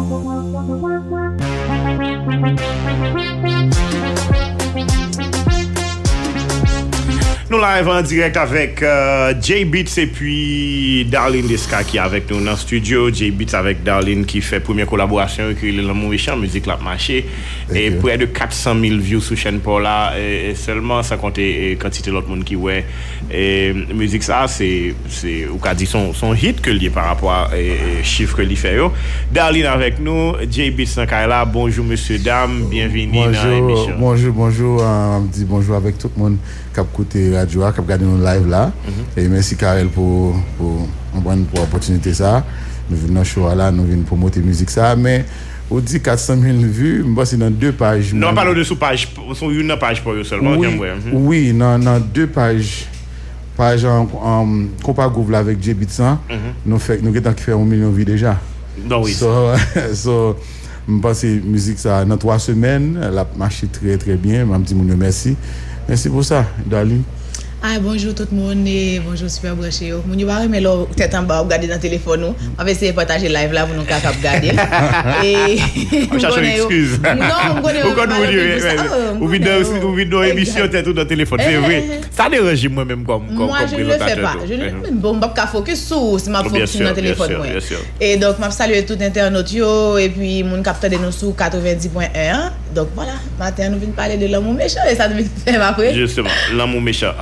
Nous live en direct avec J-Beats et puis Darlene Desca qui est avec nous dans le studio. J-Beats avec Darlene qui fait première collaboration avec L'Amour Méchant, musique là marché. Et près de 400 000 views sur chaîne pour là. Et seulement ça compte quantité l'autre monde qui ouais. Et musique ça c'est ou qu'a dit son hit que lié par rapport à chiffre que lui fait yo. Darlene avec nous, J-Beats dans Kaila. Bonjour monsieur dame, bienvenue dans l'émission. Bonjour, on dit bonjour avec tout le monde qui a écouté radio, qui a regardé nos live là. Et merci Karel pour l'opportunité ça. Nous venons dans le show là, nous venons promouvoir musique ça, mais on dit 400 000 vues, c'est dans 2 pages. Non, parlons de sous-page, sur une page pour eux seulement. Oui, dans 2 pages. Page en Copa-Gouv avec J-Beats, nous avons fait 1 million de vues déjà. Non, oui. So, je pense que la musique, ça, dans 3 semaines, elle a marché très très bien. Je dis merci. Merci pour ça, Darlene. Bonjour tout le monde et bonjour super branché. Mon yo pas mais là tête en bas regarder dans téléphone nous. On va essayer de partager live là pour nous capable regarder. Et on cherche une excuse. Non, on connaît ou vidéo émission tête dans téléphone, c'est vrai. Ça dérange moi même comme je ne le fais pas. Je ne bon pas focus sur si m'a focus dans téléphone moi. Et donc m'a saluer tout internaute yo et puis mon capteur de nous sur 90.1. Donc voilà, matin nous venons parler de L'Amour Méchant et ça nous fait après. Justement, L'Amour Méchant.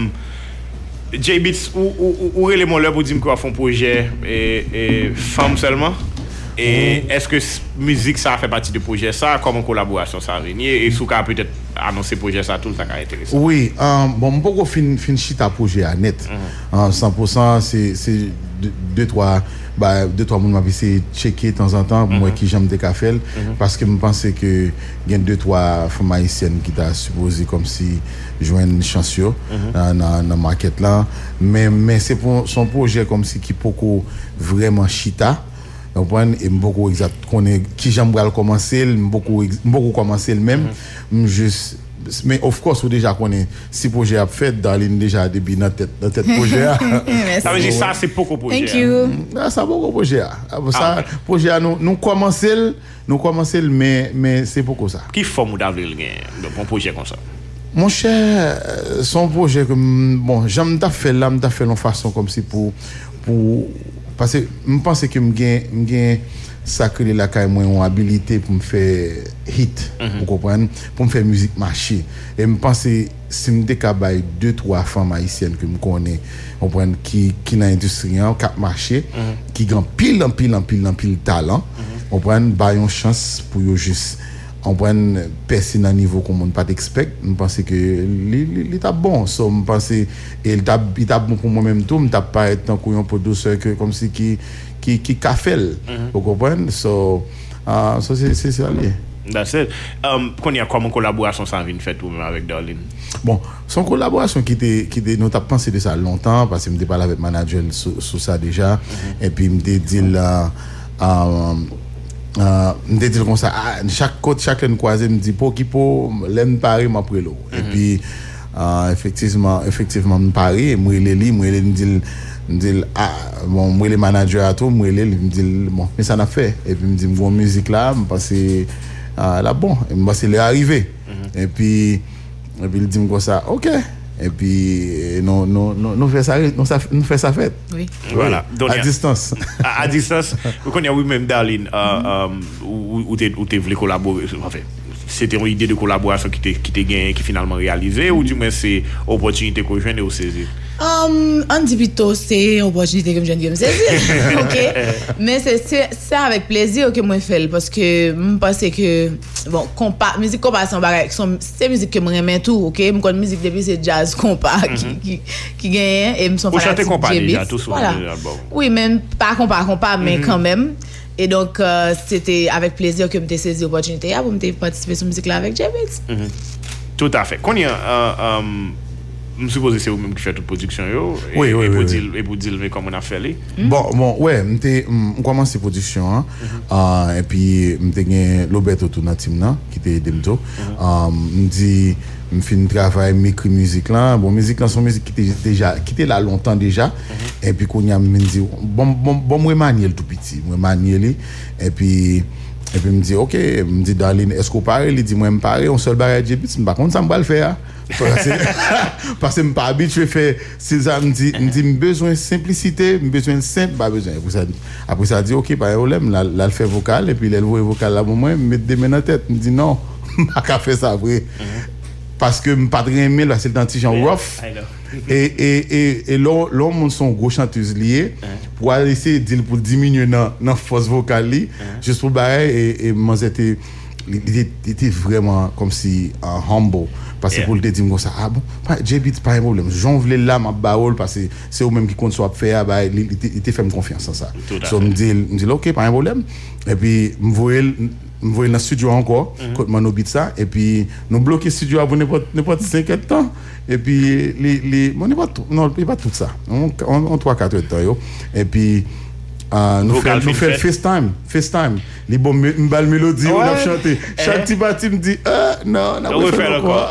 J-Beats, où est le mot là pour dire qu'on fait un projet et femme seulement? Et est-ce que musique ça fait partie du projet ça comme une collaboration ça venir et sous cas peut-être annoncer projet ça tout ça qui est intéressant. Oui, bon beaucoup fin chita projet à net. 100% c'est 2-3 monde m'a essayé checker de temps en temps moi qui j'aime des cafés parce que je pensais que il y a 2-3 femmes haïtiennes qui t'a supposé comme si joindre chansio dans market là mais c'est pour son projet comme si qui beaucoup vraiment chita et beaucoup exact connaît qui j'aimerais commencer beaucoup commencer même juste mais of course vous déjà connaît si projet a fait Darlene déjà depuis dans tête projet ça veut dire ça c'est beaucoup projet. Thank you. Ça beaucoup projet ça projet nous commencer mais c'est beaucoup ça qui forme d'avril dans un projet comme ça. Mon cher son projet comme bon j'aime t'a fait une façon comme si pour parce que je pense que me sacré la caille moi une habilité pour me faire hit vous comprenez pour me faire musique marché et me penser si me décabaille 2-3 femmes haïtiennes que me connais comprendre qui dans l'industrie cap marché qui grand pile talent comprendre ba une chance pour yo juste on prend percer dans niveau qu'on ne pas expect me penser que il est bon so me penser il t'a bon pour moi même tout me t'a pas être tant couillon pour douceur que comme si qui cafel vous comprenez so c'est ça lié. That's it. Qu'on y a comme collaboration ça vient fait tout même avec Darlene. Bon, son collaboration qui était nous t'a pensé de ça longtemps parce que me parlé avec manager sur ça déjà et puis me dit là me dit comme ça chaque ligne croisée me dit pour qui pour l'aime Paris m'après l'eau et puis effectivement me Paris et moi me dit bon moi les managers à tout moi me dit bon mais ça n'a fait et puis me dit bon musique là me passer là bon et me passer l'arrivée et puis il dit comme ça OK et puis nous fait ça fête. Oui. Voilà. Donc, à distance. À distance, vous connaissez oui-même Darlene où tu voulais collaborer enfin c'était une idée de collaboration qui finalement réalisée ou du moins c'est opportunité que je viens de saisir. On dit plutôt c'est une opportunité que je viens de saisir. OK. Mais c'est avec plaisir que moi fais parce que je pense que bon musique comparaison c'est musique que moi j'aime tout. OK, moi connais musique depuis c'est jazz compas qui gagne et me sont fanatique déjà tout sur l'album. Oui, même pas compas mais quand même. Et donc c'était avec plaisir que me saisi l'opportunité pour me participer sur musique là avec J-Beats. Tout à fait. Qu'on y a je suppose que c'est vous-même qui fait toute production yo. Oui. Et pour dire mais comment on a fait les. Bon, ouais, on commence la production et puis on a Roberto tout dans team là qui était Demto. Me dit me fait un travail m'écrit musique là. Bon, musique là son musique qui était là longtemps déjà et puis qu'on a me dit bon moi Manuel tout petit, moi Manuel et puis me dit OK, me dit Darlene est-ce qu'on parle, il dit moi me parle on seul barrage JBeats, par contre ça me va le faire. Parce que je ne suis pas habitué à faire ça. Me dit besoin de simplicité, besoin de simple, pas besoin. Après ça, dit OK, pas de problème, là le fait vocal, et puis le vocal là pour moi, me mettre des mains dans la tête. Me dit non, je ne peux pas faire ça après. Parce que je ne peux pas aimer, là c'est le petit genre rough. Et l'homme sont gros chanteuses liées pour aller essayer de pour diminuer dans force vocale, juste pour barrer et moi il était vraiment comme si humble. Parce que pour le dire comme ça, ah bon, JBeats pas un problème. J'en voulais là ma parole parce que c'est eux même qui compte soit faire, il te fait confiance en ça. So me dit OK, pas un problème. Et puis me voyait dans le studio encore, quand on obit ça et puis nous bloquer studio avant n'importe 5 temps et puis non, pas tout ça. On 3-4 temps yo. Et puis nous fait FaceTime les bons mélodies on a chanté chaque petit bâti me dit non on va faire encore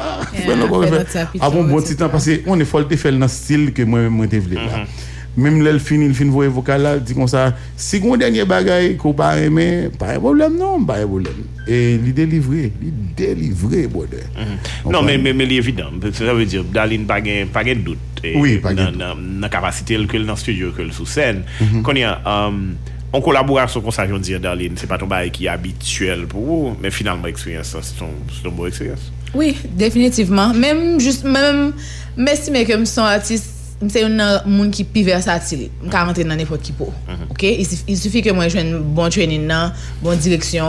bon petit temps parce que on est folle de faire dans style que moi te voulais même le fin voix vocal là dit comme ça si on dernier bagaille qu'on pas aimer pas de problème non pas de problème et il délivrer bonheur non mais évident ça veut dire Darlene pas gain doute dans la capacité que dans studio que sous scène quand il y a en collaboration comme ça, je dis Darlene, c'est pas ton bail qui est habituel pour vous, mais finalement expérience, c'est une bonne expérience. Oui, définitivement. Même merci mais comme son artiste, c'est un monde qui plus versatile. On peut rentrer dans n'importe qui pour. OK, il suffit que moi j'ai un bon training bonne direction.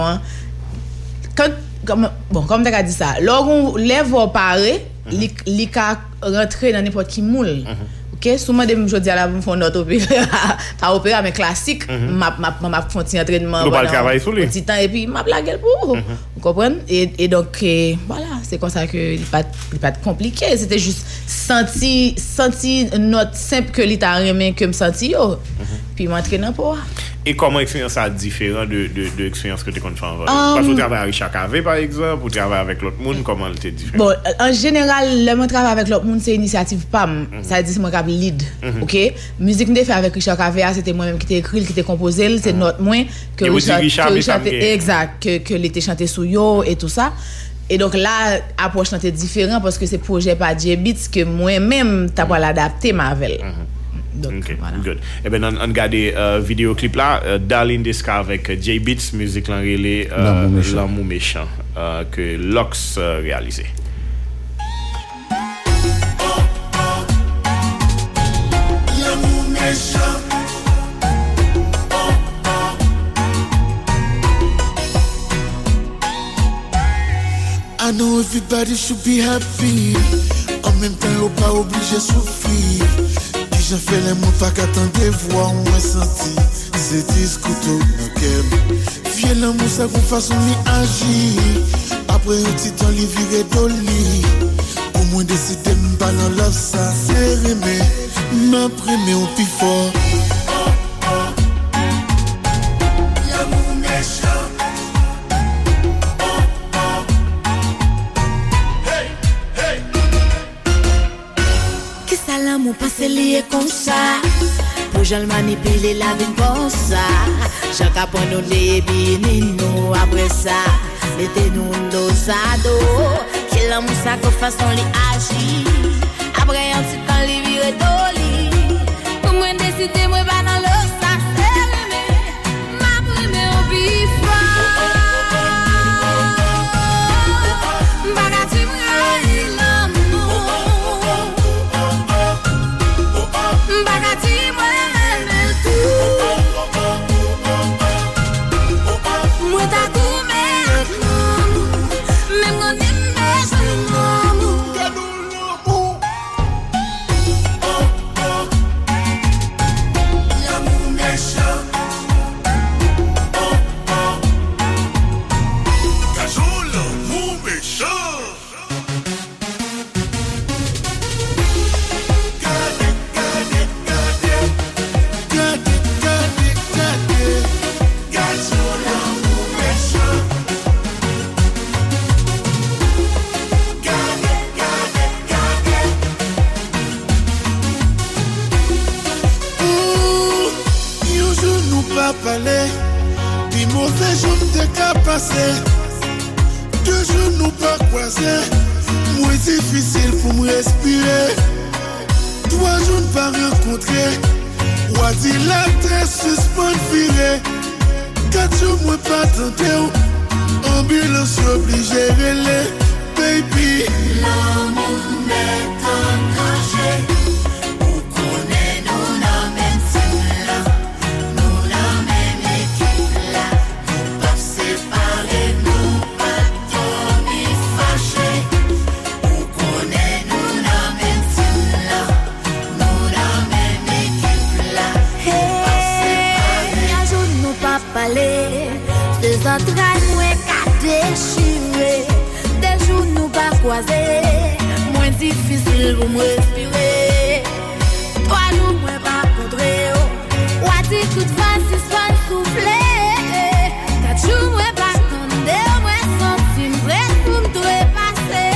Comme tu as dit ça, lorsqu'on lève au paré, il ka rentrer dans n'importe qui moule. OK, souvent de je dis à la me font notre opéra mais classique, m'a font un entraînement petit temps et puis m'a blague pour. Vous comprenez et donc voilà, c'est comme ça que il pas compliqué, c'était juste senti note simple que l'état remet que me senti yo. Puis m'entraîner pour. Et comment expérience a différent de expérience que tu connais faire avant? Parce que tu travailles avec Richard Cavé par exemple, ou tu travailles avec l'autre monde, comment elle était différent? Bon, en général, le travail avec l'autre monde c'est initiative PAM, ça dit c'est moi qui lead. OK? Musique que fait avec Richard Cavé, c'était moi-même qui t'ai écrit, qui t'ai composé, c'est notre moins que Richard exact que l'été chanté sous yo et tout ça. Et donc là, approche était différent parce que c'est projet par JBeats que moi-même t'as pas l'adapter Marvel. Donc, voilà. Good. Eh bien, on regarde vidéoclip là, Darlene Desca avec JBeats, musique l'enrélé L'amour méchant, que Lox réalisé. L'amour méchant. I know everybody should be happy. En même temps, on pas obligé de souffrir. J'ai fait les mots pas qu'attendre voir on m'a senti c'est discours tout nickel vieux l'amour ça qu'on façon ni agir après un petit temps li viré doli pour moi décider m'pas dans love ça c'est remet m'imprimer au plus fort l'amour méchant L'amour passé lié comme ça pour je le manipuler la vie comme ça chaque après nous les binino après ça mettez-nous dosado que l'amour ça que façon li agir après un petit temps li vire doli pour moi décider moi pas dans le sac c'est ma première au bifra bagati parler. Puis mauvais jour t'es qu'à passer. 2 jours nous pas croisés. Moins difficile pour me respirer. 3 jours pas rencontrer. Ou a dit la tête suspend virée. 4 jours moi pas tenter. Ambulance obligée relais. Baby, l'amour m'est engagé. Pour qu'on ait nous la même team là. Nous la même équipe là. Nous pas séparer, nous pas tomber fâchés. Pour qu'on ait nous la même team là. Nous la même équipe là. Nous pas séparer. Un jour nous pas parler. Ces entrailles moins qu'à déchirer. Des jours nous pas croiser, moins difficile pour me respirer. 3 jours moins pas contrer. Ou a dit toute facile soit souffler. 4 jours moins pas tendre, moins senti prêt pour me trépasser.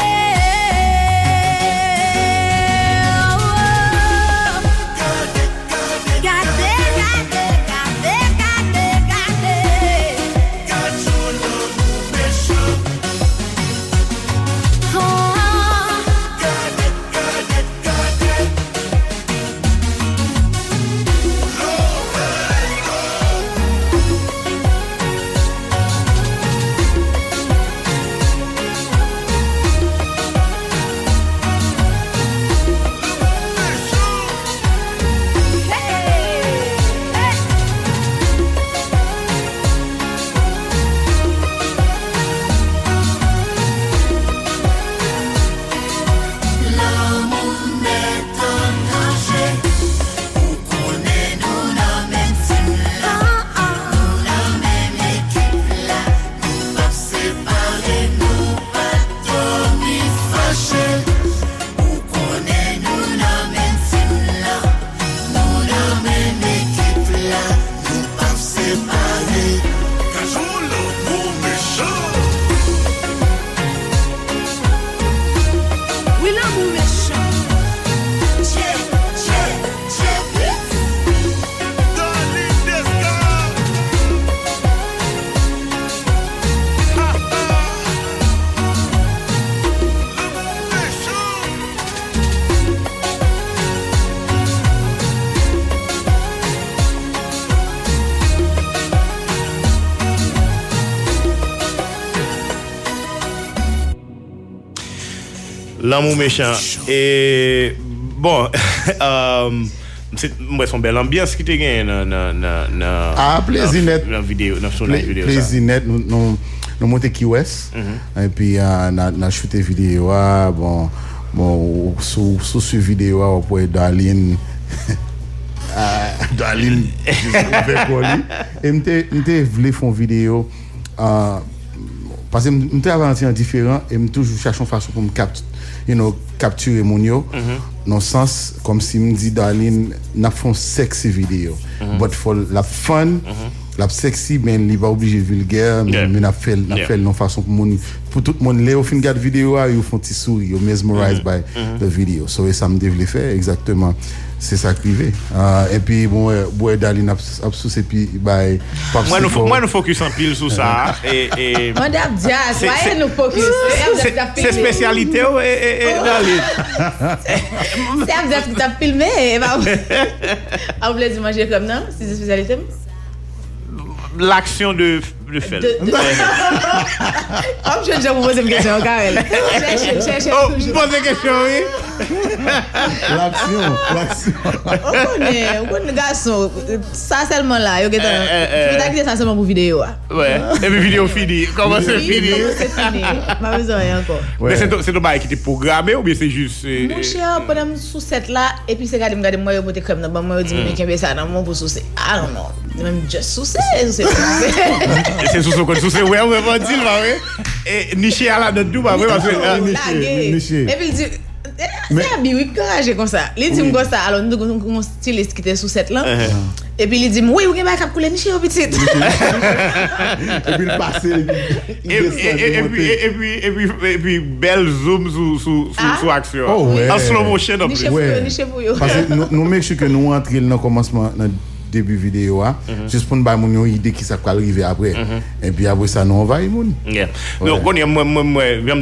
L'amour méchant. Et bon, c'est une belle ambiance qui te gagne Ah, plaisir net. Dans vidéo, dans son live vidéo. Plaisir net, nous montons Key West. Et puis, nous shooté vidéo. Bon, sous vidéo, on peut être Darlene. Darlene, et je voulais faire une vidéo. Parce que je suis avancé différent et je toujours cherche une façon pour me capturer mon yo. Dans le sens, comme si je dis Darlene, n'a fait une sexy vidéo. But for la fun, la sexy, mais il n'est pas obligé de vulgaire, mais n'a fait une façon pour tout le monde. Les fin de vidéo, ils font des souris, ils mesmerized by the video. So, ça me devait faire exactement. C'est ça qui arrive. Et puis, bon, Darlene a sous et puis, moi, nous focus en pile sur ça. Et Madame Diaz, voyez nous focus. C'est spécialité, Darlene. C'est Abdias qui t'a filmé. Vous voulez dire manger comme non? C'est spécialité? L'action de faire. Comme je vais vous poser une question, Karel. Cherchez toujours. Posez une question, oui. L'action. On connaît, garçon. Ça seulement là. Je vais t'acquitter ça seulement pour vidéo. Ouais. Et puis vidéo finie. Comment c'est fini? C'est fini. Pas besoin encore. Mais c'est ton bail qui était programmé ou bien c'est juste. Mon cher, pendant sous cette là, et puis c'est regarder moi, je vais comme dans moi, je dis, mais qu'il y a ça dans mon pour sous. I don't know. Même juste sous c'est sous ce ouais, on va dire, et niché à la note tout, bah, parce que niché. Et puis il dit, c'est un biwi courageux comme ça. Il dit comme ça, alors nous avons un styliste qui était sous cette là. Et puis il dit, oui, vous avez pas couler niché au petit. Et puis il passe. Et puis belle zoom sous action. Oh ouais. En slow motion en plus. Niché pour vous. Parce que nous make sure que nous entrons dans le commencement début vidéo juste pour nous ba mon idée qui ça va arriver après et puis après ça nous on va moun. Yeah. Donc on est moi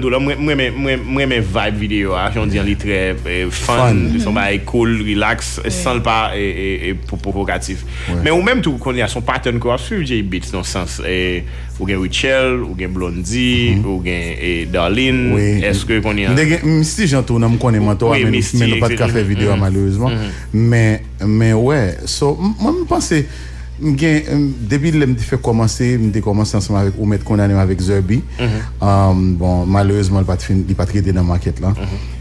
mes vibe vidéo on dit en très fun, son bail cool, relax, sans pas et provocatif. Mais ou même tout qu'on a son pattern quoi sur J-Beats dans le sens ou gen Richel, ou gen Blondie, ou gen Darlene. Est-ce que qu'on y a Misty j'entends on me connaît mentor mais nous pas de café vidéo malheureusement. Mais ouais, so moi me penser depuis que j'ai fait commencer ensemble avec ou mettre condamné avec Zerbi. Bon malheureusement il pas traité dans la maquette là.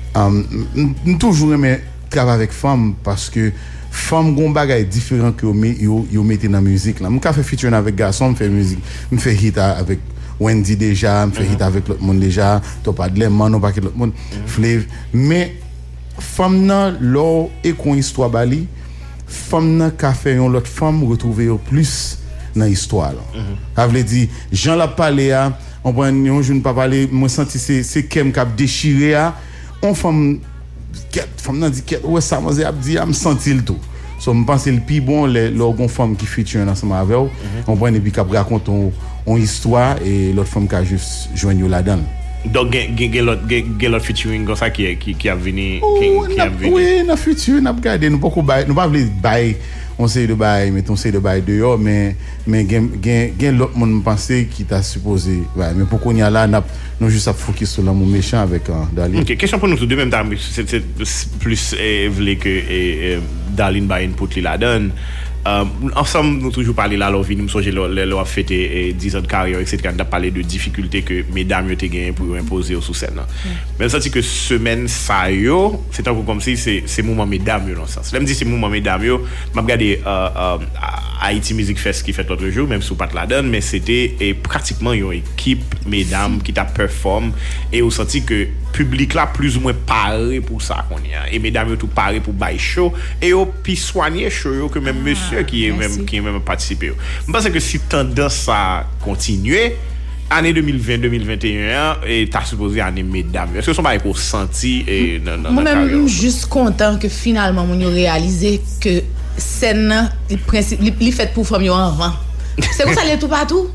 Toujours aimé travailler avec femmes parce que femme gon bagay différent que yo mettez dans musique là. M'ka fait featuring avec garçon, me fait musique, me fait hit avec Wendy déjà, me fait hit avec l'autre monde déjà, Top Adlem, Mano pas l'autre monde, Flav. Mais femme nan l'or et kon histoire bali, femme nan ka fait yon l'autre femme retrouver plus dans histoire là. Ça veut dire Jean l'a parlé a, on prend yon jour pas parler, moi senti c'est kem k'ap déchiré a, on femme nan dit ouais ça moi a dit a me senti le tout. So me pense le plus bon les gon femme qui feature ensemble avec on prend et puis k'ap raconte on histoire et l'autre femme qui a juste joindre là-dedans. Donc gen l'autre featuring comme ça qui a venu qui a venu. Oui, dans futur n'a regarder nous pas vle bail on sait de bail mais on sait de bail dehors mais gen l'autre monde penser qui t'a supposé mais pour qu'on y a là nous juste à focus sur l'amour méchant avec Darlene. OK, question pour nous tous de même temps c'est plus vle que Darlene ba input la donne. Ensemble nous toujours parler là leur vie nous songer leur fêter 10 ans de carrière etc. on a parlé de difficultés que mesdames yo te gagné pour imposer sous scène mais ça dit que semaine ça yo c'est un peu comme si c'est moment mesdames yo dans ça je me dis c'est moment mesdames yo m'a regardé Haïti Music Fest qui fait l'autre jour même sous pas la donne mais c'était pratiquement une équipe mesdames qui t'a performe et on senti que public là plus ou moins paré pour ça qu'on y a et mesdames yo tout paré pour bail show et au puis soigner show que même monsieur qui est même participé. Je pense que si tendance à continuer année 2020-2021 et t'as supposé année mesdames. Est-ce que son pas pour sentir et dans moi-même juste content que finalement on réalisé que scène il fait pour femme yo avant. C'est comme ça les tout partout.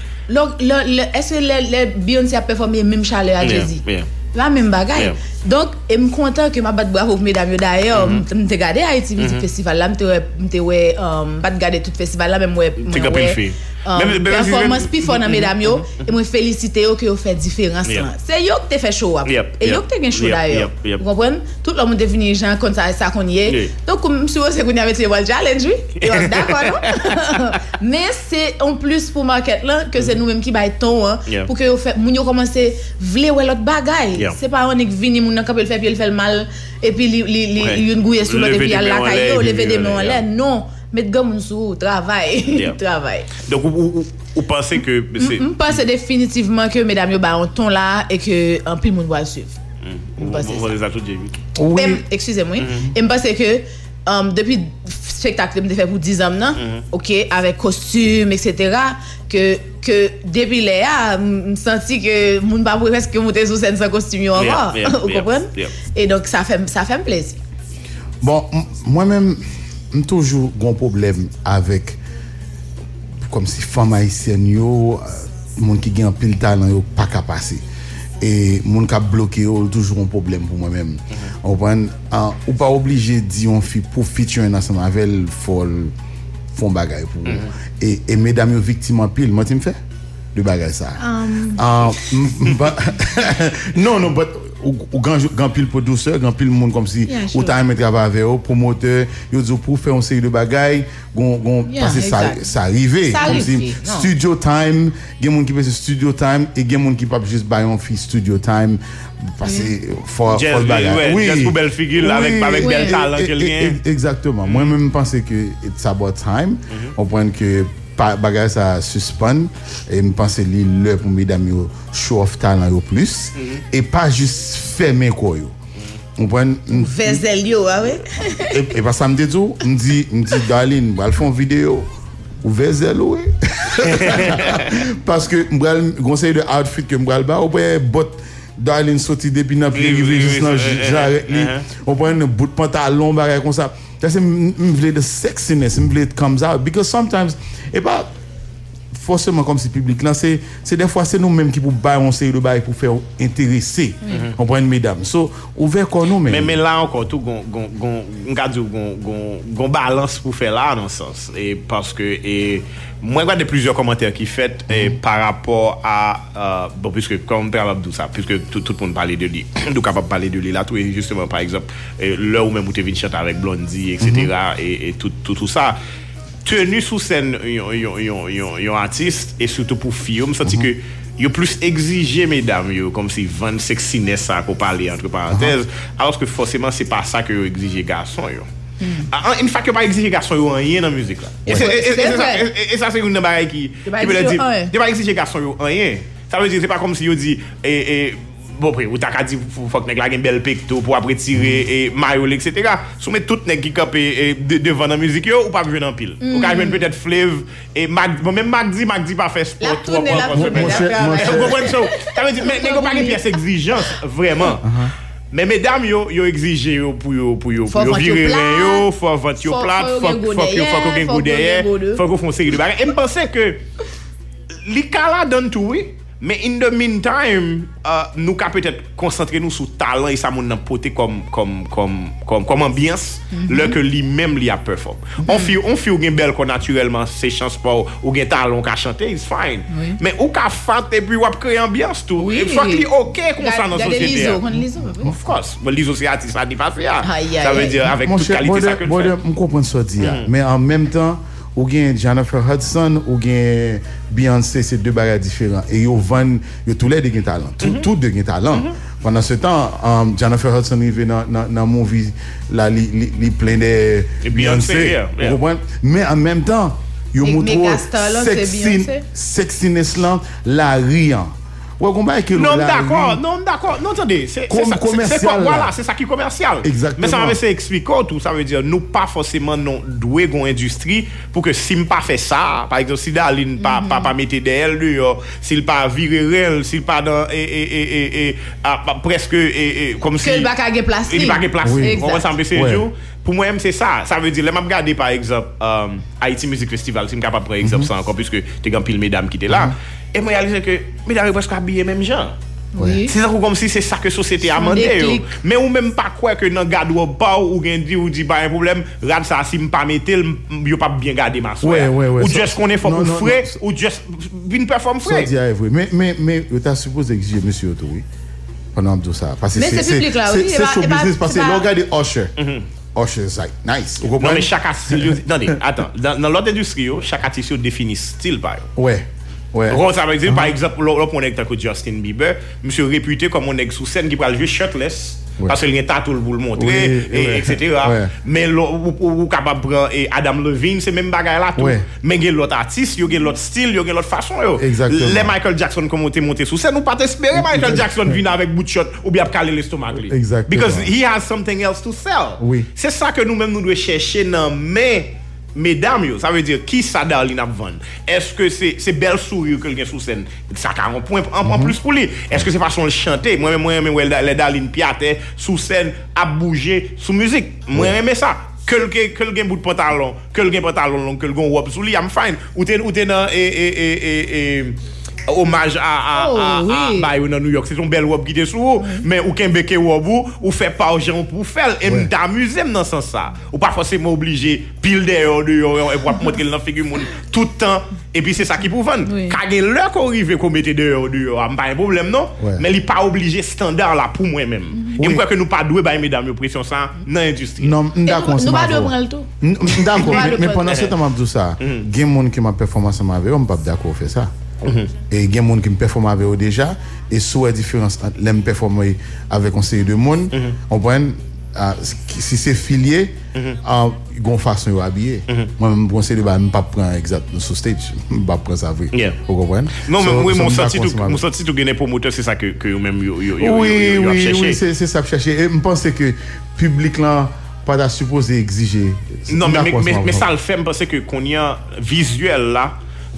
Est-ce que les Beyoncé a performé même chaleur à Jay-Z? La même bagaille. Donc et me content que m'a battre bravo pour mesdames d'ailleurs m'te regarder Haïti Music Festival là m'te ouais pas regarder tout festival là même ouais même performance plus fort dans mesdames yo et moi féliciter yo que yo fait différence là. C'est yo qui te fait show et yo qui te gain show d'ailleurs. Vous comprenez? Tout le monde est venu gens comme ça qu'on y est. Donc monsieur c'est qu'on y avait le challenge et on d'accord non? Mais c'est en plus pour market là que c'est nous même qui bail ton pour que yo fait moun yo commencer vle ouais l'autre bagaille. C'est pas on est venu moun quand il fait puis il fait mal et puis il une gouille sur l'autre et puis il la caillou lever des mains en l'air non mettre gomme sous travail travail. Donc vous pensez que je pense définitivement que mesdames yo ba un ton là et que en pile monde va suivre. Oui. Excusez-moi. Et me pense que depuis spectacle me fait pour 10 ans non OK avec costume etc. que depuis là me senti que monde pas presque monter sur scène sans costume encore vous comprenez et donc ça fait un plaisir. Bon moi-même j'ai toujours un problème avec comme si femme haïtienne yo monde qui gagne pile talent yo pas capable passer et monde qui bloqué yo toujours un problème pour moi-même on ou pas obligé dire on fille pour featuring ensemble avec elle font bagaille pour et mesdames yo victimes en pile moi tu me fais de bagaille ça non ou grand pile producteur grand pile monde comme si ou t'as aimé travailler avec eux promoteur yo dit pour faire une série de bagaille parce que ça arrivé comme si studio time gen monde qui fait studio time et gen monde qui pas juste buy on fille studio time parce que for bagaille oui juste pour belle figure avec bel talent quelqu'un exactement moi même penser que it's about time on point que bagay ça suspend et me penser le pour mesdames yo show off talent yo plus et pas juste fermer quoi yo on prend vezel yo ouais et pas ça me dit Darlene va faire une vidéo ou vezel oui parce que m'bral conseil de outfit que m'bral ba ou bot Darlene sorti depuis n'a privé juste là j'arrête on prend un bout de pantalon bagay comme ça that's the sexiness, it comes out because sometimes et pas forcément comme si public là c'est des fois c'est nous-mêmes qui pour bailler on série de bail pour faire intéresser comprendre mesdames so ouvert comme nous même mais là encore tout gon balance pour faire là dans ce sens et parce que et moi regarde plusieurs commentaires qui fait par rapport à bon puisque comme Père Abdou ça puisque tout le monde parlait de lui nous capable parler de lui là tout justement par exemple là où même où tu viens chanter avec Blondie etc. et tout ça tenu sous scène un artiste et surtout pour film senti que yo plus exigé mesdames yo comme si vend sexiness ça qu'on parler entre parenthèses alors que forcément c'est pas ça que yo exige garçon yo une fois que pas exiger garçon yo rien dans musique là et ça c'est une bagaille qui veut dire de pas exiger garçon yo rien ça veut dire c'est pas comme si yo dit bon après ou t'as dit faut que nèg la gen belle pecto pour après tirer et maillot etc. soumet tout nèg qui campé devant dans musique yo ou pas venir en pile ou ka venir peut-être Flav et même Magdi pas faire sport trop ça veut dire nèg pas une pièce exigence vraiment. Mais mesdames yo exige yo pour virer yo faut vendre yo plate faut que go derrière faut que font série de bagages et me penser que li kala donne tout oui mais in the meantime nous ka peut-être concentrer nous sur talent et ça mon porter comme ambiance là que lui-même li a perform on fait ou gen belle qu'on naturellement c'est chance pas ou gen talent ka chanter is fine mais ou ka fante et puis ou créer ambiance tout il faut qu'il OK comme ça dans société of course mais Lizo c'est artiste ça dit pas ça veut dire avec toute qualité ça que je comprends ça dire mais en même temps ou gen Jennifer Hudson ou gen Beyoncé c'est deux bagages différents et yo tous les deux gen talent tout deux gen talent pendant ce temps Jennifer Hudson arrivé dans movie là li plein de Beyoncé vous comprenez mais en même temps yo montre sexiness là la riant ouais combat que non d'accord non attendez c'est commercial voilà c'est ça qui est commercial exactement mais ça va expliquer tout ça veut dire nous pas forcément non doué gon industrie pour que si pas fait ça par exemple si Darlene pas mettre d'elle dehors s'il pas virer elle s'il pas dans presque comme si il pas gagner place on va s'en passer jour pour moi c'est ça veut dire les m'a regarder par exemple Haïti Music Festival si me capable prendre exemple ça encore puisque tu grand pile mesdames qui étaient là et moi réalisé que mesdames presque habillées même genre oui c'est ça comme si c'est ça que société a demandé mais ou même pas quoi que dans garde ou dit pas un problème rad ça si me pas mettre yo pas bien garder ma soeur ou juste qu'on est fort pour frais ou juste une perform frais mais tu as supposé exiger monsieur auto oui pendant tout ça parce que c'est public là oui c'est show business parce que regardez Usher Usher c'est nice non mais chaque artiste attends dans l'autre industrie chaque artiste définit style par ouais ça veut dire par exemple l'on est avec Justin Bieber monsieur réputé comme on est sous scène qui va jouer shirtless parce qu'il y a un tatou pour le montrer etc. mais ou capable prendre Adam Levine c'est même bagarre là tout mais il y a l'autre artiste il y a l'autre style il y a l'autre façon les Michael Jackson comme monter sous scène ou pas espérer Michael Jackson vienne avec bout de shot ou bien caler l'estomac because he has something else to sell c'est ça que nous-mêmes nous devons chercher dans mesdames yo ça veut dire qui ça Darlene a vendre est-ce que c'est belle sourire que quelqu'un sous scène ça a un point en plus pour lui est-ce que c'est façon de chanter moi les Darlene piaté sous scène à bouger sous musique moi aimer ça quelqu'un bout de pantalon long quelqu'un robe sous lui I'm fine ou t'es dans hommage à dans New York c'est une belle robe qui est sous mais ou kembeke robe ou fait pas gens pour faire et m'amuser dans ce sens ça ou pas forcément obligé pile dehors et pour montrer dans figure monde tout le temps et puis c'est ça qui pour vendre quand l'heure qu'on arrive qu'on mettre dehors pas un problème non mais il pas obligé standard là pour moi même et moi que nous pas doué ba mesdames pression ça dans l'industrie non d'accord nous pas de prendre le tout d'accord mais pendant ce temps m'a dit ça gen monde qui m'a performance avec on pas d'accord faire ça et il y a des gens qui me performent avec eux déjà et soit la différence entre les performer avec un série de monde on prend si c'est filié en une façon de habiller moi même conseil de même pas prendre exact sur stage pas prendre ça vrai vous comprenez non mais oui mon senti tout gagner promoteur c'est ça que même oui c'est ça que chercher et je pense que public là pas supposé exiger non mais ça le fait parce que qu'on y a visuel là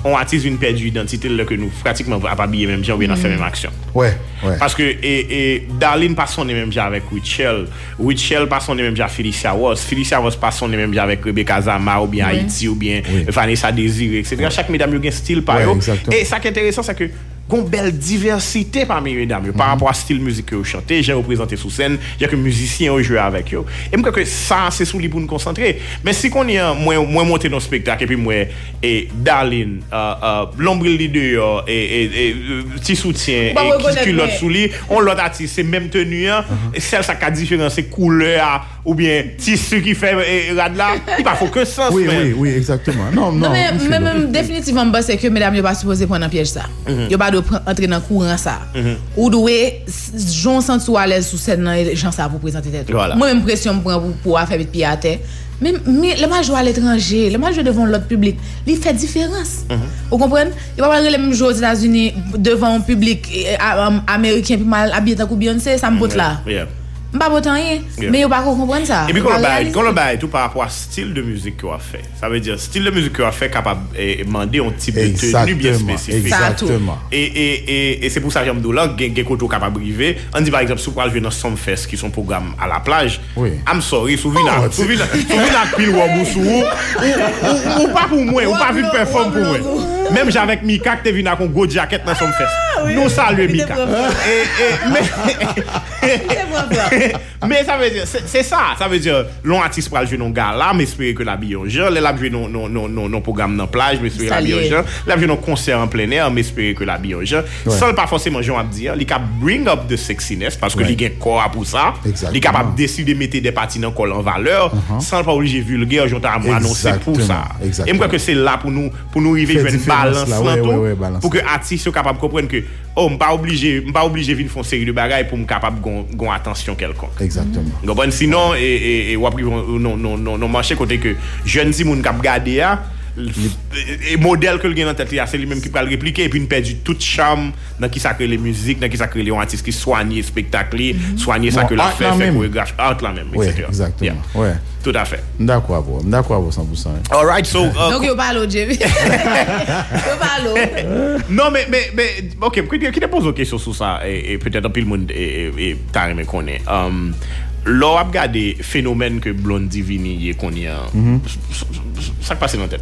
on artiste une perdre d'identité là que nous pratiquement pas habiller même gens ou bien faire même action. Ouais. Parce que et Darlene pas son même gens avec Richelle pas son même gens Felicia Ross pas son même gens avec Rebecca Zama ou bien Haïti ou bien Vanessa Désiré etc. Chaque mesdames a un style par eux. Et ça qui est intéressant c'est que une belle diversité parmi mesdames par rapport à style musique que vous chantez, j'ai représenté sous scène, j'ai que musiciens ont joué avec eux. Et moi que ça c'est sous lui pour nous concentrer. Mais si qu'on y a moins monter dans le spectacle et puis moi et Darlene l'ombril leader et petit soutien et qui culotte sous lui, on l'autre artiste c'est même tenue et celle ça qui a différence c'est couleur ou bien tissu qui fait rad là, il pas faut que sens. Oui, exactement. Non, mais même définitivement c'est que mesdames yo pas supposé prendre un piège ça. Yo pas entrer dans courant ça. Ou doué Jean sentou à l'aise sous scène gens ça pour présenter tête. Moi même pression me prend pour faire vite pied à terre. Mais le match jouer à l'étranger, le match jouer devant l'autre public, il fait différence. Vous comprenez? Il va pas le même jouer aux États-Unis devant un public américain puis mal habillé tant que Beyoncé, ça me botte là. Pas autant rien, mais yo pas comprendre ça. Et puis quand le bail tout par rapport à style de musique qu'on a fait. Ça veut dire style de musique qu'on a fait capable demander un type de tenue bien spécifique. Exactement. Et c'est pour ça que j'aime là gen koto capable briver. On dit par exemple si vous allez dans Sumfest qui sont programme à la plage. I'm sorry, souvient pile ou pas pour moi, ou pas vu perform pour moi. Même j'avec Mika qui vient avec un gros jacket dans Sumfest. Nous saluons Mika. Mais ça veut dire c'est ça veut dire l'on artiste pour jouer non gala mais espérer que la billonge la jouer non programme dans plage mais espérer la billonge la jouer non concert en plein air mais espérer que la billonge sans pas forcément Jean à dire il cap bring up the sexiness parce que il gagne corps pour ça il capable décider mettre des parties dans corps en valeur sans pas obligé vulgaire j'ont annoncé pour ça et moi que c'est là pour nous arriver à une balance pour que artiste soit capable comprendre que m'pas obligé venir faire une série de bagages pour me capable gon attention quelconque. Exactement. Sinon et ou après non marché côté que jeune si moun k'ap garder et modèle que le gagne en tête c'est lui même qui va le répliquer et puis il perdu toute charme dans qui ça crée les musiques dans qui ça crée les artistes qui soignent spectacle soigner ça que la fait chorégraphe art là même etc. Exactement. Ouais. Tout à fait. D'accord 100%. All right, so donc yo parle Jerry. Yo parle. Non mais OK, qui te pose une question sur ça et peut-être un peu le monde et t'as aimé connaît. L'on a regardé phénomène que Blondie Vini connaît. Ça passe dans tête.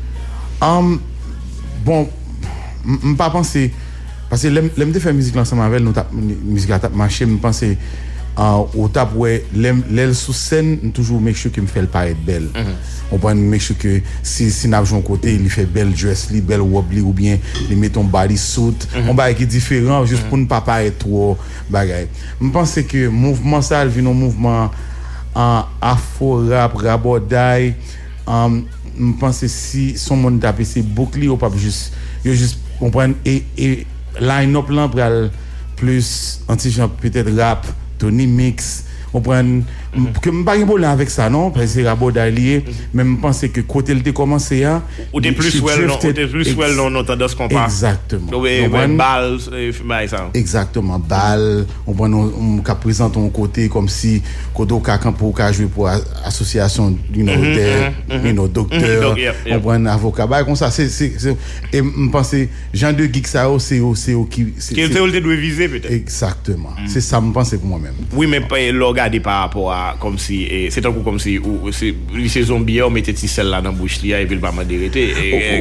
Bon, pas penser parce que l'aime de faire musique ensemble avec nous musique à marché, me penser au tap ouais l'aile sous scène toujours make sure que me fait le paraître belle. On peut make sure que si n'a joué côté il fait belle dress li belle wobbly ou bien il met ton body suit on va qui différent juste pour ne pas paraître trop bagaille. Me penser que mouvement ça vient un mouvement afro rap rabodai me penser si son monde taper c'est bouclier ou pas juste comprendre et line up là pour plus anti-genre peut-être rap Tony Mix on prend que me pas un problème avec ça non parce que c'est rabodai lié mais me penser que côté il commencé ou t'es plus well non tendance qu'on pas exactement balle ça exactement balle on prend on présente un côté comme si kodo ka pour jouer pour association docteur on prend avocat comme ça c'est et me penser genre de geek ça c'est qui c'est doit viser peut-être exactement c'est ça me penser pour moi-même oui mais pas regarder par rapport à comme si c'est un coup comme si ou c'est les zombies on mettait celle là dans bouche là et puis le pas m'arrêter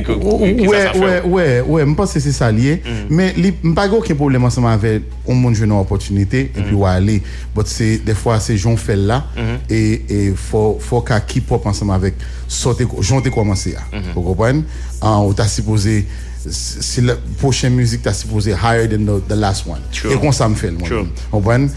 ouais me pense c'est ça lié mais pas aucun problème ensemble avec on monde jeune opportunité et puis aller mais c'est des fois c'est Jean fait là et faut qu'à keep up ensemble avec sortir Jean t'ai commencé vous comprenez on t'a supposé c'est la prochaine musique t'as supposé higher than the last one et comme ça me fait moi vous comprenez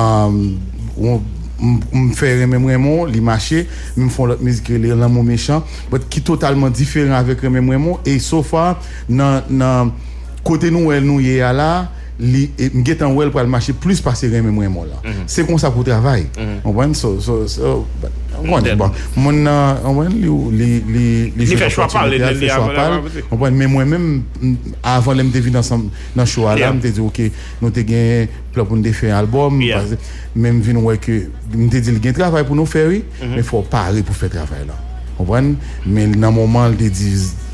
me faire vraiment les marchés me font la musique les l'amour méchant mais qui totalement différent avec vraiment et so far dans côté nous y est là me get en well pour le marché plus passer vraiment là c'est comme ça pour travail on voit bon mon les fait choix pas on voit mais moi même avant l'aime deviner ensemble dans show là me dit OK nous te gain plan pour nous faire un album même vinn ouais que me dit il gain travail pour nous faire mais faut parer pour faire travail là comprendre mais dans moment il dit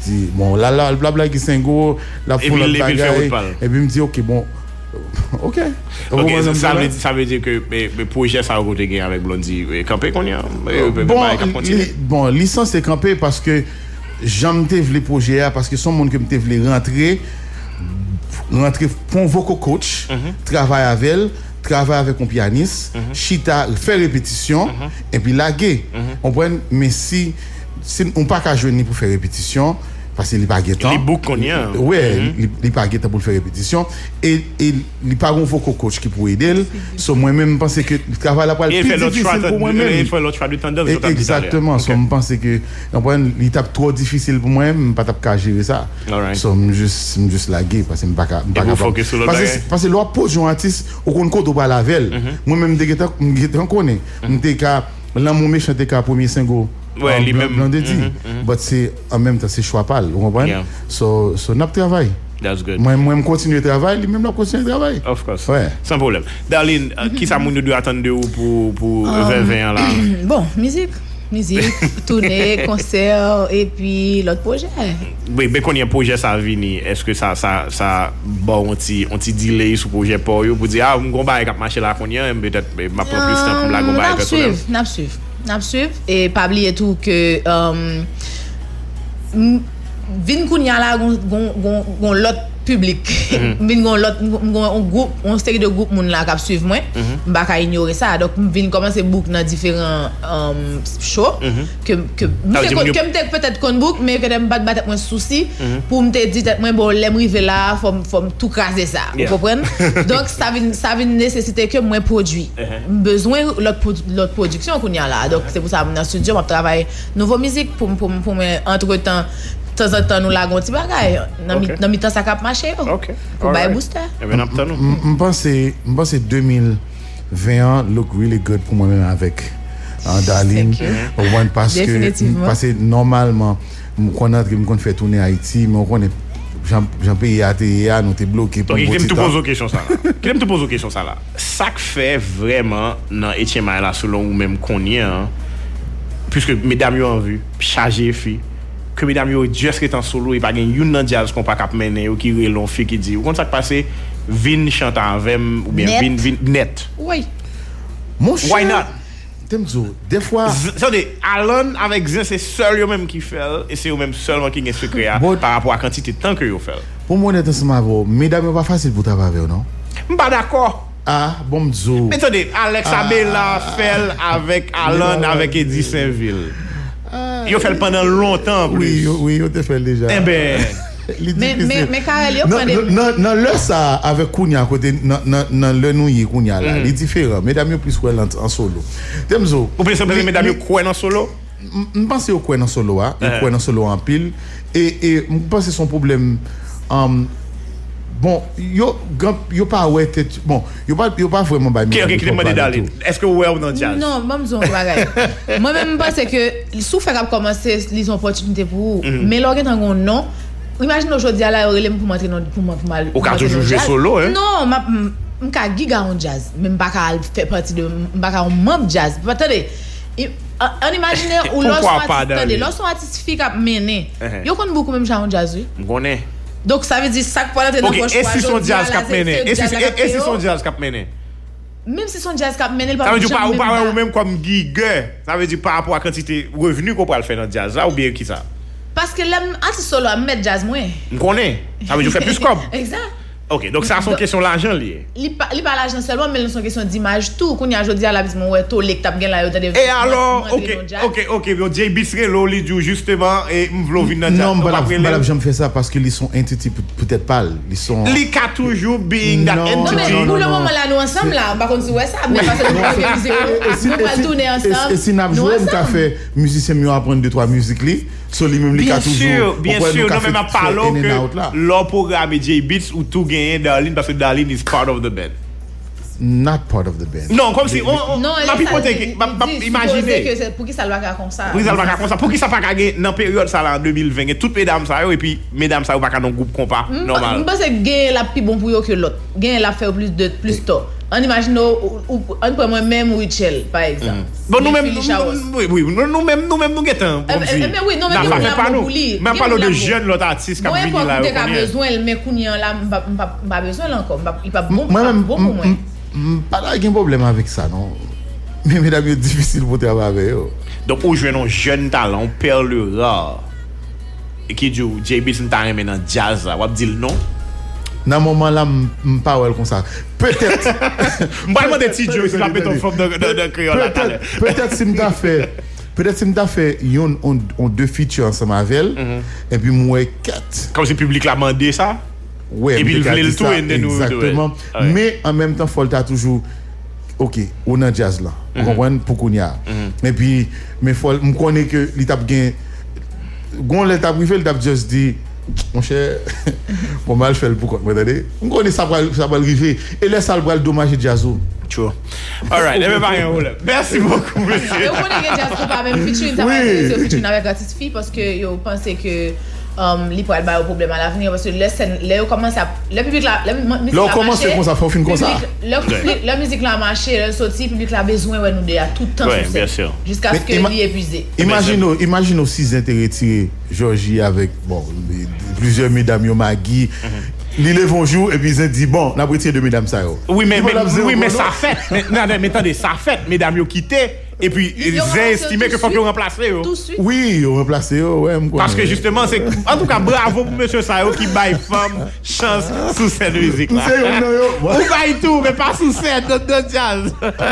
dis bon là le blabla qui singo la foule de bagaille et puis me dit OK bon OK. Ça veut dire que le projet ça a côté gain avec Blondie campé qu'on y a bon licence c'est campé parce que j'aime les projets parce que son monde que me voulait rentrer pour un vocal coach travailler avec un pianiste chita faire répétition et puis laguer on prend mais si on pas qu'à jouer pour faire répétition parce qu'il pas guettant les boucs qu'on y a il pas guettant pour faire répétition et il pas un vocal coach qui pour aider so moi même penser que le travail là pas le plus difficile pour moi même il fait l'autre choix du tandem exactement so me penser que l'étape trop difficile pour moi même pas capable gérer ça so me juste laguer parce que pas parce que l'autre pose un artiste au compte pas la veille moi même des guettant connais m'était ka l'amour méchant était ka premier single ouais lui même mais c'est en même temps c'est choix pas vous comprenez so n'a travail. That's good. Moi me continuer travail, lui même la continuer travail. Of course. Ouais. Sans problème. Darlene, qui ça nous doit attendre de vous pour 2020 là? Bon, musique, tournée, concert et puis l'autre projet. Oui, mais quand il y a un projet ça vini, est-ce que ça bon on ti delay sur projet pour dire ah on va marcher là qu'on y a peut-être m'a prend plus temps pour la gomba N'a suivre et pas oublier tout que vin kounya la gon l'autre public vin gon l'autre un groupe on série de groupe moun la qui suivre moi m'pa ka ignorer ça donc vin commencer book dans différents shows que me peut-être kon book mais que m'pa battre moins souci pour me dire moi bon l'aime river là faut tout craser ça vous comprenez donc ça vient nécessiter que moi produit besoin l'autre production kounya là donc c'est pour ça dans studio m'a travailler nouveau musique pour entre-temps de temps en temps nous la gonti bagay dans mi temps ça cap marcher pour bailler booster me pense 2021 look really good pour moi même avec Darlene parce que normalement on connaît que me fait tourner Haïti mais on connaît Jean pays ATA nous t'es bloqué pour OK je te pose une question ça là ça fait vraiment dans HMI là selon ou même connait puisque mesdames ont vu charger filles que mesdames yo juste étant solo et pas gagne une dans jazz qu'on pas cap mener ou qui relon fille qui dit ou quand ça passer vin chanter avec ou bien vin net oui mon cher why not Temzo des fois ça dit Alan avec Zin c'est seul yo même qui fait et c'est eux même seulement qui gagne secret par rapport à quantité de temps que yo fait pour moi honnêtement ensemble avec mesdames pas facile pour travailler non pas d'accord bon Mzo mais ça dit Alex Abela fait avec Alan avec Eddie Saint-Ville il fait pendant longtemps plus. Oui, il te fait déjà. Eh ben mais Karel yo prend des non le ça avec Kounia côté dans le nouyi Kounia là, il différent. Mesdames yo plus en solo. Temzo. Ou bien simplement mesdames yo quoi en solo? Je pense au quoi en solo il quoi en solo en pile et je pense son problème bon yo pas ouais tête bon yo pas vraiment ba OK demande Darlene est-ce que ouais ou dans jazz non même zone bagay moi même pense que sous fait commencer les opportunités pour mais là on non imagine aujourd'hui là relem pour m'entrer pour mal au cas toujours jouer solo hein non m'ka giga en jazz même pas ka faire partie de pas ka membre jazz attendez on imagine ou lorsqu'on artiste fi cap mener yo connait beaucoup même en jazz oui on connaît. Donc ça veut dire ça que pour entrer dans poche. Et si son jazz cap mené et si son jazz cap mené même si son jazz cap mené pas ça veut dire pas ou même comme giga ça veut dire par rapport à quantité revenu qu'on peut le faire dans jazz là ou bien qui ça parce que l'artiste solo a mettre jazz moins on connaît ça veut dire faire plus comme exact OK donc ça son question l'argent lié il pas l'argent seulement mais son question d'image tout qu'on y a jodi à la bismon ouais to lek tap gen là yo tande et alors OK J Beats Relo li dit justement et m'vlo vinn dans non madame j'aime faire ça parce que ils sont entity peut-être pas ils sont li ka toujours being that entity non mais pour le moment là nous ensemble là par contre ouais ça mais parce que nous pas tourner ensemble et si n'a joué on t'a fait musicien mieux apprendre 2-3 musiques li so li même li ka toujours bien sûr non même parlons que leur programme J Beats ou tout gagner Darlene parce que Darlene is part of the band. Not part of the band. Non, comme si on imaginez que c'est pour qui ça va faire comme ça. Pour qui ça pas gagner dans période ça là en 2020 et toutes mesdames ça et puis mesdames ça pas dans groupe compas normal. Je pense que gain la plus bon pour yo que l'autre. Gain la fait plus tôt. On imagine, on prend moi-même ou Richel, par exemple. Bon, nous-mêmes, nous guettons. Mais oui, non, mais nous pas nous. Mais parlons de jeunes, l'autre artiste qui a venu là. Moi, pas besoin, mais Kounian là, pas besoin encore. Il pas bon, moi-même, bon pour moi. Pas là, il y a un problème avec ça, non? Mais mesdames, c'est difficile pour travailler avec eux. Donc, pour jouer un jeune talent, perle rare, et qui dit, J-Beat, c'est un dans jazz, on va dire non. Dans ce moment-là, je ne parle pas comme ça. Peut-être. Je vais demander si Joe, si la met en forme de créole. Peut-être si je fait. Peut-être si je fait deux features ensemble avec elle, et puis moi, 4. Comme si le public l'a demandé ça? Ouais, et puis il voulait le tout et nous. Exactement. Mais en même temps, il faut toujours. Ok, on a jazz là. Vous comprenez pourquoi il y a. Et puis, mais je connais que l'étape gain. Quand l'étape privé, l'étape juste dit. Mon cher, pour mal faire le pourquoi. Vous entendez? On connaît ça va arriver. Et là, ça va le dommage de Jazzo. Sure. All right, merci beaucoup, monsieur. Vous connaissez que Jazzo pas même featuring avec artiste fille parce que vous pensez que il pourrait avoir un problème à l'avenir parce que là commence à le public là là commence comme ça faut fin comme ça la musique là marché le sorti le public là besoin ouais nous de tout le temps bien sûr jusqu'à ce que il épuisé. Imagine aussi s'intéresser Georgie avec bon plusieurs mesdames yo Maggie ils les vont jouer et puis ils disent bon on a retiré de mesdames ça yo. Oui mais ça fait mais attendez ça fait mesdames yo quitté. Et puis, ils estimaient qu'il faut qu'ils remplacent. Oui, ils remplacent. Ouais, parce que justement, c'est. En tout cas, bravo pour M. Sayo qui baille femme chance sous cette musique. Vous baille tout, mais pas sous cette de jazz.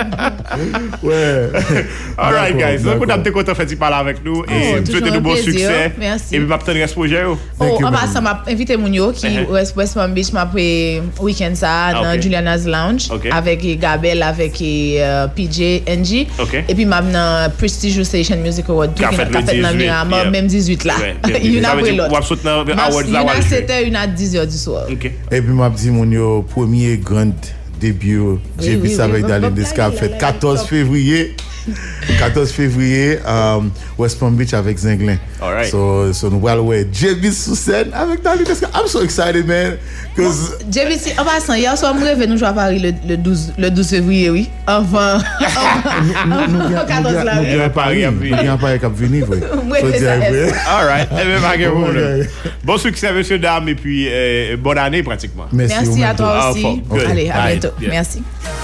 Ouais. All right, guys. Donc, on a été content de parler avec nous et souhaiter de bons succès. Merci. Et puis, ma petite reste projet. En passant, m'a invité Mounio qui West Palm Beach m'a pris week-end ça dans Juliana's Lounge avec Gabel, avec PJ, NG. Et puis, m'a dans Prestigious Station Music Award. Qui a fait dans Miramar, même 18 là. Une après l'autre. Une à 7h, une à 10h du soir. Et puis, m'a dit, mon premier grand début, j'ai vu ça avec Darlene Desca, fait 14 février. 14 février, West Palm Beach avec Zinglin. All right. So nous allons voir J-Beat sur scène avec Darlene Desca. I'm so excited, man. J-Beat, en passant, hier soir, je rêve nous jouer à Paris le 12 février, oui. Enfin, 14 là. Nous à Paris, nous à Paris qui venir, oui. All right. Bon succès, monsieur, dame, et puis bonne année pratiquement. Merci à toi aussi. Allez, à bientôt. Merci.